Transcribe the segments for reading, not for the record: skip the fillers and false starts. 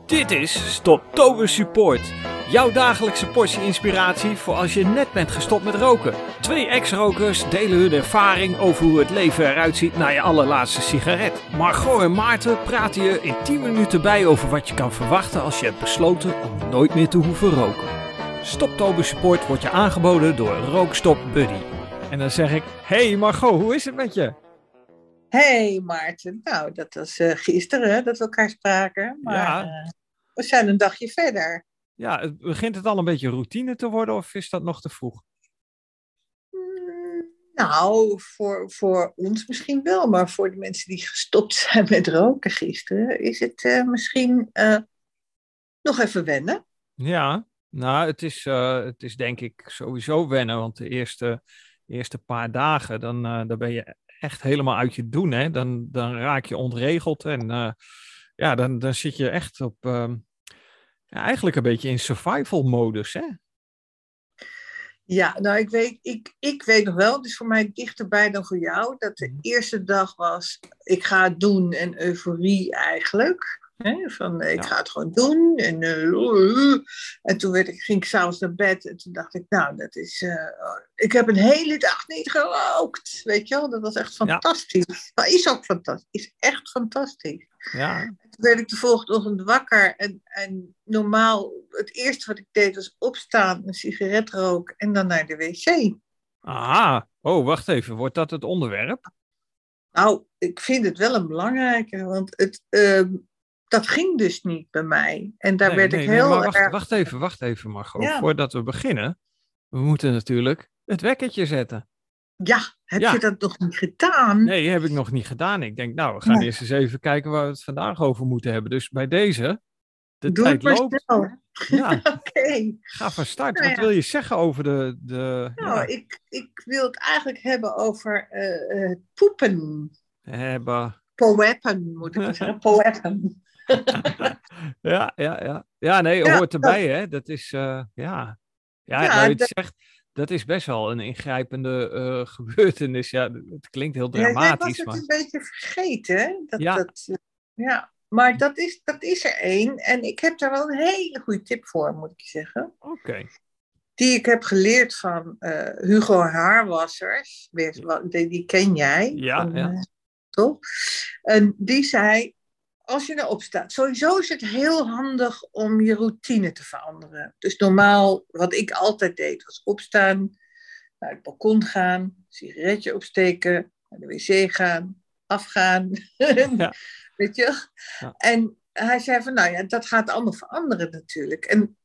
Dit is Stoptober Support. Jouw dagelijkse portie inspiratie voor als je net bent gestopt met roken. 2 ex-rokers delen hun ervaring over hoe het leven eruit ziet na je allerlaatste sigaret. Margot en Maarten praten je in 10 minuten bij over wat je kan verwachten als je hebt besloten om nooit meer te hoeven roken. Stoptober Support wordt je aangeboden door Rookstop Buddy. En dan zeg ik, hey Margot, hoe is het met je? Hey Maarten, nou dat was gisteren dat we elkaar spraken, maar we zijn een dagje verder. Ja, begint het al een beetje routine te worden of is dat nog te vroeg? Nou, voor ons misschien wel, maar voor de mensen die gestopt zijn met roken gisteren is het misschien nog even wennen. Ja, nou het is denk ik sowieso wennen, want de eerste paar dagen dan ben je echt helemaal uit je doen, hè? Dan raak je ontregeld en dan zit je echt op eigenlijk een beetje in survival modus, hè? Ja, nou ik weet nog wel, het is voor mij dichterbij dan voor jou, dat de eerste dag was, ik ga het doen en euforie eigenlijk. Ik ga het gewoon doen. En toen ging ik s'avonds naar bed en toen dacht ik, nou, dat is... ik heb een hele dag niet gerookt. Weet je wel, dat was echt fantastisch. Ja. Dat is ook fantastisch. Is echt fantastisch. Ja. Toen werd ik de volgende ochtend wakker en normaal, het eerste wat ik deed was opstaan, een sigaret roken en dan naar de wc. Aha, oh, wacht even. Wordt dat het onderwerp? Nou, ik vind het wel een belangrijke, want dat ging dus niet bij mij. En daar werd ik heel erg... Wacht even Margot. Ja. Voordat we beginnen, we moeten natuurlijk het wekkertje zetten. Ja, heb je dat nog niet gedaan? Nee, heb ik nog niet gedaan. Ik denk, nou, we gaan eerst eens even kijken waar we het vandaag over moeten hebben. Dus bij deze, de Doe tijd het loopt. Snel. Ja. Oké. Ga van start. Wat wil je zeggen over de ik wil het eigenlijk hebben over poepen. Poepen, moet ik maar zeggen. Poepen. Ja, nee, hoort erbij, hè. Dat is, dat is best wel een ingrijpende gebeurtenis. Ja, het klinkt heel dramatisch. Jij was het een beetje vergeten, hè? Maar dat is er één. En ik heb daar wel een hele goede tip voor, moet ik je zeggen. Oké. Die ik heb geleerd van Hugo Haarwassers. Die ken jij. Ja. Toch? En die zei, als je nou opstaat, sowieso is het heel handig om je routine te veranderen. Dus normaal, wat ik altijd deed, was opstaan, naar het balkon gaan, sigaretje opsteken, naar de wc gaan, afgaan. Ja. Weet je? Ja. En hij zei van, nou ja, dat gaat allemaal veranderen natuurlijk.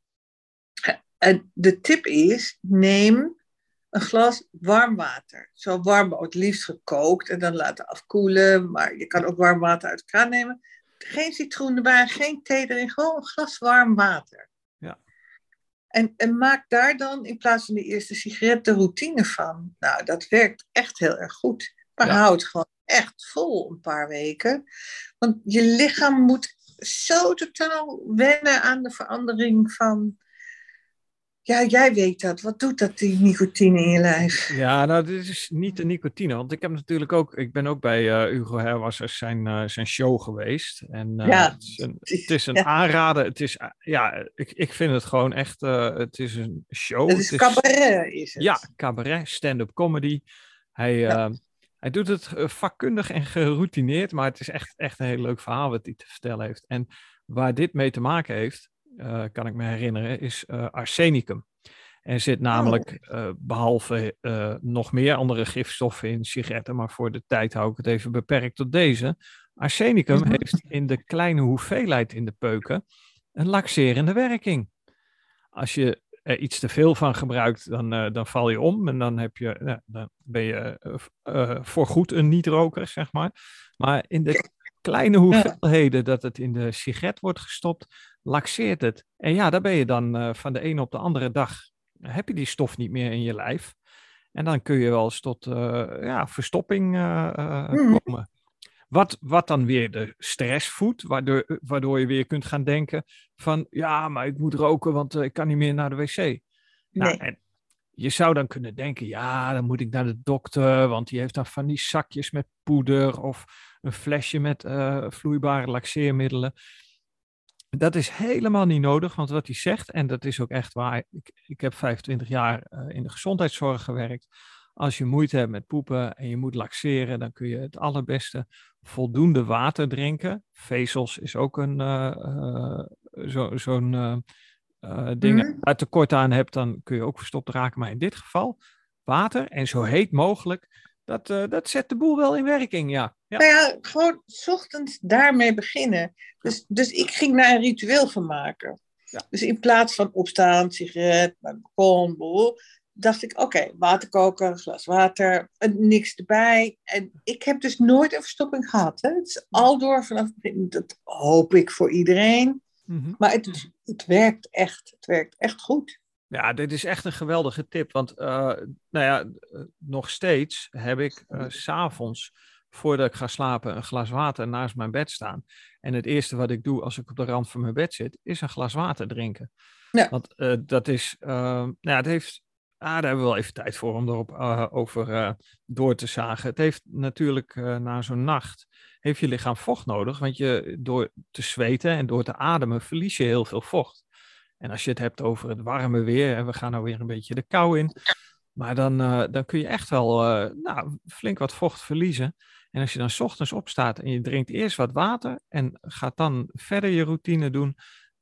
En de tip is, neem een glas warm water. Zo warm, het liefst gekookt en dan laten afkoelen. Maar je kan ook warm water uit de kraan nemen. Geen citroen erbij, geen thee erin, gewoon een glas warm water. Ja. En maak daar dan in plaats van die eerste sigaret de routine van. Nou, dat werkt echt heel erg goed. Maar houd gewoon echt vol een paar weken. Want je lichaam moet zo totaal wennen aan de verandering van... Ja, jij weet dat. Wat doet dat, die nicotine in je lijf? Ja, nou, dit is niet de nicotine. Want ik heb natuurlijk ook... Ik ben ook bij Hugo Haarwassers zijn show geweest. En het is een aanrader. Het is, ik vind het gewoon echt... het is een show. Het is cabaret, is het? Ja, cabaret, stand-up comedy. Hij doet het vakkundig en geroutineerd. Maar het is echt een heel leuk verhaal wat hij te vertellen heeft. En waar dit mee te maken heeft... kan ik me herinneren, is arsenicum. Er zit namelijk, behalve nog meer andere gifstoffen in sigaretten, maar voor de tijd hou ik het even beperkt tot deze. Arsenicum heeft in de kleine hoeveelheid in de peuken een laxerende werking. Als je er iets te veel van gebruikt, dan val je om en dan ben je voorgoed een niet-roker, zeg maar. Maar in de kleine hoeveelheden dat het in de sigaret wordt gestopt, laxeert het. En ja, daar ben je dan van de ene op de andere dag, heb je die stof niet meer in je lijf. En dan kun je wel eens tot verstopping komen. Wat dan weer de stress voedt, waardoor je weer kunt gaan denken van, ja, maar ik moet roken, want ik kan niet meer naar de wc. Nee. Nou, en je zou dan kunnen denken, ja, dan moet ik naar de dokter, want die heeft dan van die zakjes met poeder of een flesje met vloeibare laxeermiddelen. Dat is helemaal niet nodig, want wat hij zegt, en dat is ook echt waar. Ik heb 25 jaar in de gezondheidszorg gewerkt. Als je moeite hebt met poepen en je moet laxeren, dan kun je het allerbeste voldoende water drinken. Vezels is ook zo'n ding. Als je tekort aan hebt, dan kun je ook verstopt raken. Maar in dit geval, water en zo heet mogelijk, dat zet de boel wel in werking, ja. Nou ja, gewoon 's ochtends daarmee beginnen. Dus ik ging daar een ritueel van maken. Ja. Dus in plaats van opstaan, sigaret, naar het balkon, dacht ik, oké, water koken, een glas water, niks erbij. En ik heb dus nooit een verstopping gehad. Hè? Het is aldoor vanaf het begin, dat hoop ik voor iedereen. Mm-hmm. Maar het werkt echt. Het werkt echt goed. Ja, dit is echt een geweldige tip. Want nog steeds heb ik 's avonds, voordat ik ga slapen, een glas water naast mijn bed staan. En het eerste wat ik doe als ik op de rand van mijn bed zit, is een glas water drinken. Ja. Want dat is, het heeft, daar hebben we wel even tijd voor om erop over door te zagen. Het heeft natuurlijk na zo'n nacht, heeft je lichaam vocht nodig. Want door te zweten en door te ademen verlies je heel veel vocht. En als je het hebt over het warme weer, en we gaan nou weer een beetje de kou in, maar dan kun je echt wel flink wat vocht verliezen. En als je dan 's ochtends opstaat en je drinkt eerst wat water en gaat dan verder je routine doen,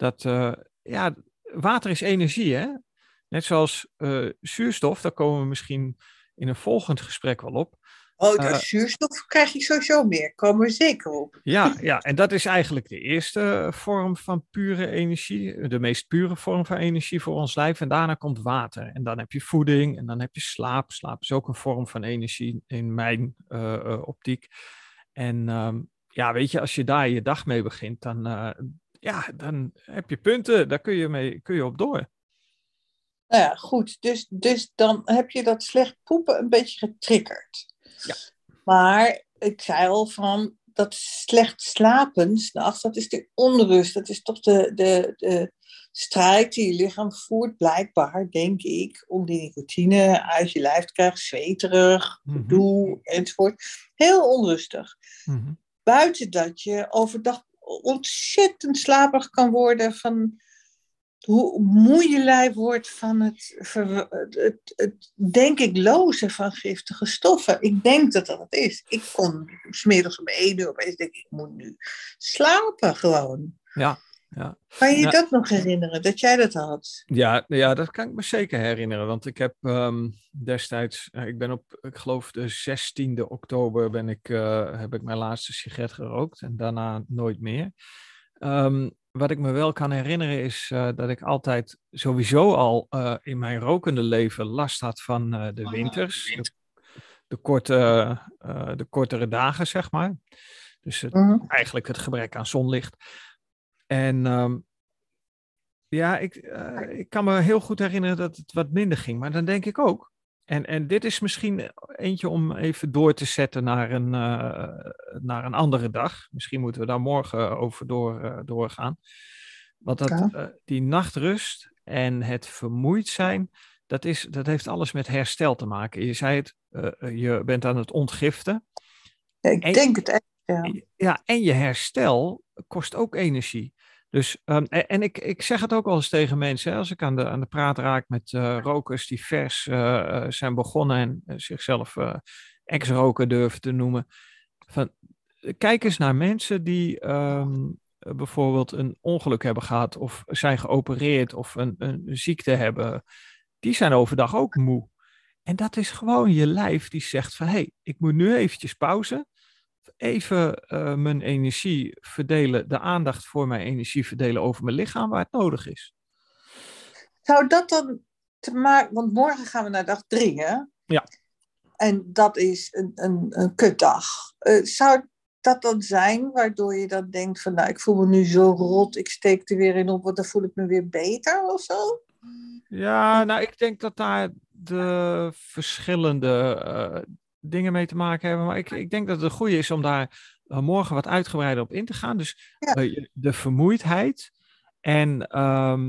water is energie, hè? Net zoals zuurstof, daar komen we misschien in een volgend gesprek wel op. Zuurstof krijg je sowieso meer. Komen we zeker op. Ja, en dat is eigenlijk de eerste vorm van pure energie. De meest pure vorm van energie voor ons lijf. En daarna komt water. En dan heb je voeding en dan heb je slaap. Slaap is ook een vorm van energie in mijn optiek. En weet je, als je daar je dag mee begint, dan heb je punten. Daar kun je op door. Nou ja, goed. Dus dan heb je dat slecht poepen een beetje getriggerd. Ja. Maar ik zei al van dat slecht slapen 's nachts, dat is de onrust. Dat is toch de strijd die je lichaam voert, blijkbaar, denk ik, om die nicotine uit je lijf te krijgen. Zweterig, gedoe, enzovoort. Heel onrustig. Mm-hmm. Buiten dat je overdag ontzettend slaperig kan worden van hoe moe je lijf wordt van het denk ik, lozen van giftige stoffen. Ik denk dat dat het is. Ik kon 's middags om 1 uur opeens denken, ik moet nu slapen gewoon. Ja. Kan je dat nog herinneren, dat jij dat had? Ja, dat kan ik me zeker herinneren. Want ik heb destijds, ik ben op, ik geloof de 16e oktober heb ik mijn laatste sigaret gerookt. En daarna nooit meer. Wat ik me wel kan herinneren is dat ik altijd sowieso al in mijn rokende leven last had van de winters. De kortere dagen, zeg maar. Dus eigenlijk het gebrek aan zonlicht. En ik kan me heel goed herinneren dat het wat minder ging. Maar dan denk ik ook. En dit is misschien eentje om even door te zetten naar een andere dag. Misschien moeten we daar morgen over doorgaan. Want die nachtrust en het vermoeid zijn, dat heeft alles met herstel te maken. Je zei het, je bent aan het ontgiften. Ja, ik denk het echt, ja. Ja, en je herstel kost ook energie. Dus, en ik zeg het ook wel eens tegen mensen, hè, als ik aan de praat raak met rokers die vers zijn begonnen en zichzelf ex-roker durven te noemen. Kijk eens naar mensen die bijvoorbeeld een ongeluk hebben gehad of zijn geopereerd of een ziekte hebben. Die zijn overdag ook moe. En dat is gewoon je lijf die zegt van, hé, ik moet nu eventjes pauze. Even mijn energie verdelen, de aandacht voor mijn energie verdelen over mijn lichaam waar het nodig is. Zou dat dan te maken, want morgen gaan we naar dag 3, hè? Ja. En dat is een kutdag. Zou dat dan zijn waardoor je dan denkt van, nou, ik voel me nu zo rot, ik steek er weer in op, want dan voel ik me weer beter of zo? Ja, nou, ik denk dat daar de verschillende dingen mee te maken hebben. Maar ik denk dat het goede is om daar morgen wat uitgebreider op in te gaan. Dus de vermoeidheid en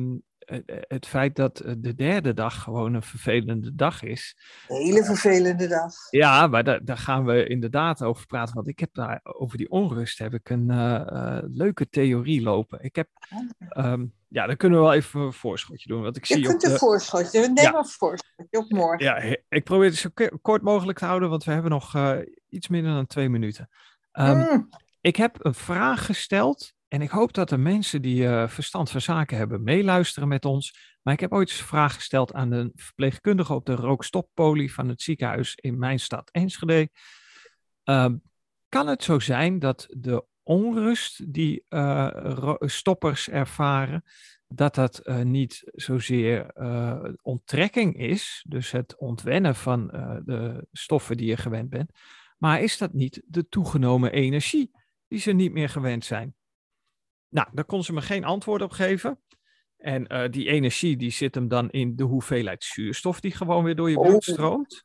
het feit dat de derde dag gewoon een vervelende dag is. Een hele vervelende dag. Ja, maar daar gaan we inderdaad over praten. Want ik heb daar over die onrust heb ik een leuke theorie lopen. Ik heb, ja, dan kunnen we wel even een voorschotje doen. Want ik zie Je kunt een voorschotje. Neem een voorschotje op morgen. Ja, ik probeer het zo kort mogelijk te houden, want we hebben nog iets minder dan 2 minuten. Ik heb een vraag gesteld en ik hoop dat de mensen die verstand van zaken hebben meeluisteren met ons. Maar ik heb ooit eens een vraag gesteld aan de verpleegkundige op de rookstoppolie van het ziekenhuis in mijn stad Enschede. Kan het zo zijn dat de onrust die stoppers ervaren, dat niet zozeer onttrekking is, dus het ontwennen van de stoffen die je gewend bent, maar is dat niet de toegenomen energie die ze niet meer gewend zijn? Nou, daar kon ze me geen antwoord op geven. En die energie die zit hem dan in de hoeveelheid zuurstof die gewoon weer door je bloed stroomt.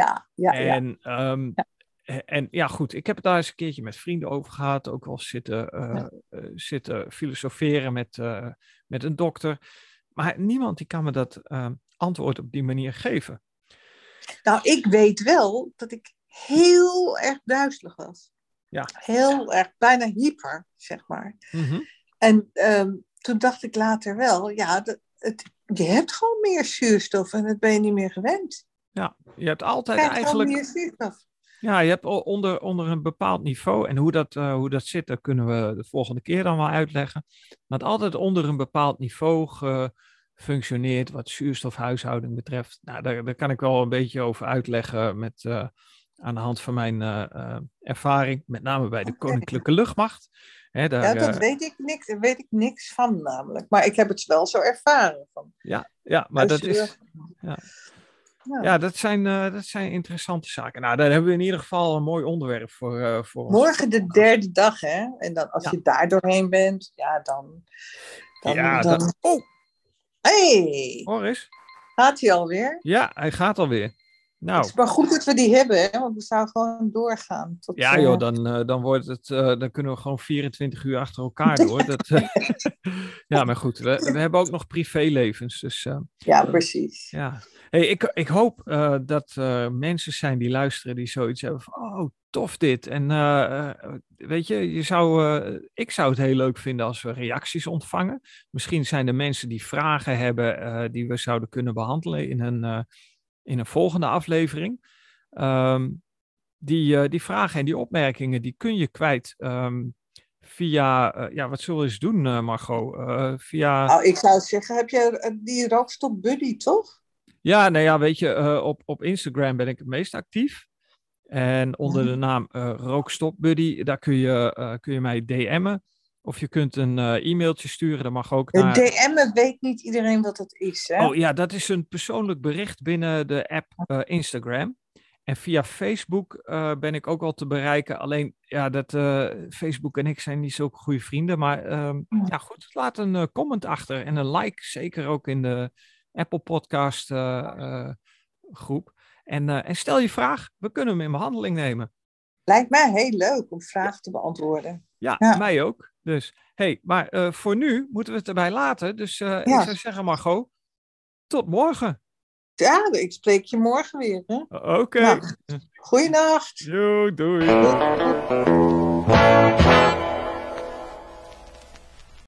En ja, goed, ik heb het daar eens een keertje met vrienden over gehad. Ook wel zitten filosoferen met een dokter. Maar niemand die kan me dat antwoord op die manier geven. Nou, ik weet wel dat ik heel erg duizelig was. Ja. Heel erg, bijna hyper, zeg maar. Mm-hmm. En toen dacht ik later wel, ja, je hebt gewoon meer zuurstof en dat ben je niet meer gewend. Ja, je hebt altijd eigenlijk meer zuurstof. Ja, je hebt onder een bepaald niveau. En hoe dat zit, dat kunnen we de volgende keer dan wel uitleggen. Maar het altijd onder een bepaald niveau gefunctioneerd wat zuurstofhuishouding betreft. Nou, daar kan ik wel een beetje over uitleggen aan de hand van mijn ervaring. Met name bij de Koninklijke Luchtmacht. Dat weet ik niks van namelijk. Maar ik heb het wel zo ervaren. Ja, maar dat is... Ja, dat zijn interessante zaken. Nou, daar hebben we in ieder geval een mooi onderwerp voor ons. Morgen de derde dag, hè? En dan als je daar doorheen bent, ja, dan... Oh! Hey! Hoor eens. Gaat hij alweer? Ja, hij gaat alweer. Nou. Het is maar goed dat we die hebben, hè? Want we zouden gewoon doorgaan. Ja joh, dan wordt het, dan kunnen we gewoon 24 uur achter elkaar door. Ja, maar goed, we hebben ook nog privélevens. Dus, ja, precies. Ja. Hey, ik hoop dat mensen zijn die luisteren die zoiets hebben van, oh, tof dit. En weet je, ik zou het heel leuk vinden als we reacties ontvangen. Misschien zijn er mensen die vragen hebben die we zouden kunnen behandelen in een volgende aflevering. Die vragen en die opmerkingen, die kun je kwijt via, wat zullen we eens doen, Margot? Nou, ik zou zeggen, heb je die Rookstop Buddy, toch? Ja, nou ja, weet je, op Instagram ben ik het meest actief. En onder de naam Rookstop Buddy, daar kun je mij DM'en. Of je kunt een e-mailtje sturen, dat mag ook naar... DM'en weet niet iedereen wat dat is, hè? Oh ja, dat is een persoonlijk bericht binnen de app Instagram. En via Facebook ben ik ook al te bereiken. Alleen, ja, Facebook en ik zijn niet zulke goede vrienden. Maar ja, goed, laat een comment achter en een like. Zeker ook in de Apple Podcast groep. En stel je vraag, we kunnen hem in behandeling nemen. Lijkt mij heel leuk om vragen te beantwoorden. Ja, mij ook. Dus, maar voor nu moeten we het erbij laten. Dus ik zou zeggen, Margot, tot morgen. Ja, ik spreek je morgen weer. Oké. Goeienacht. Doei.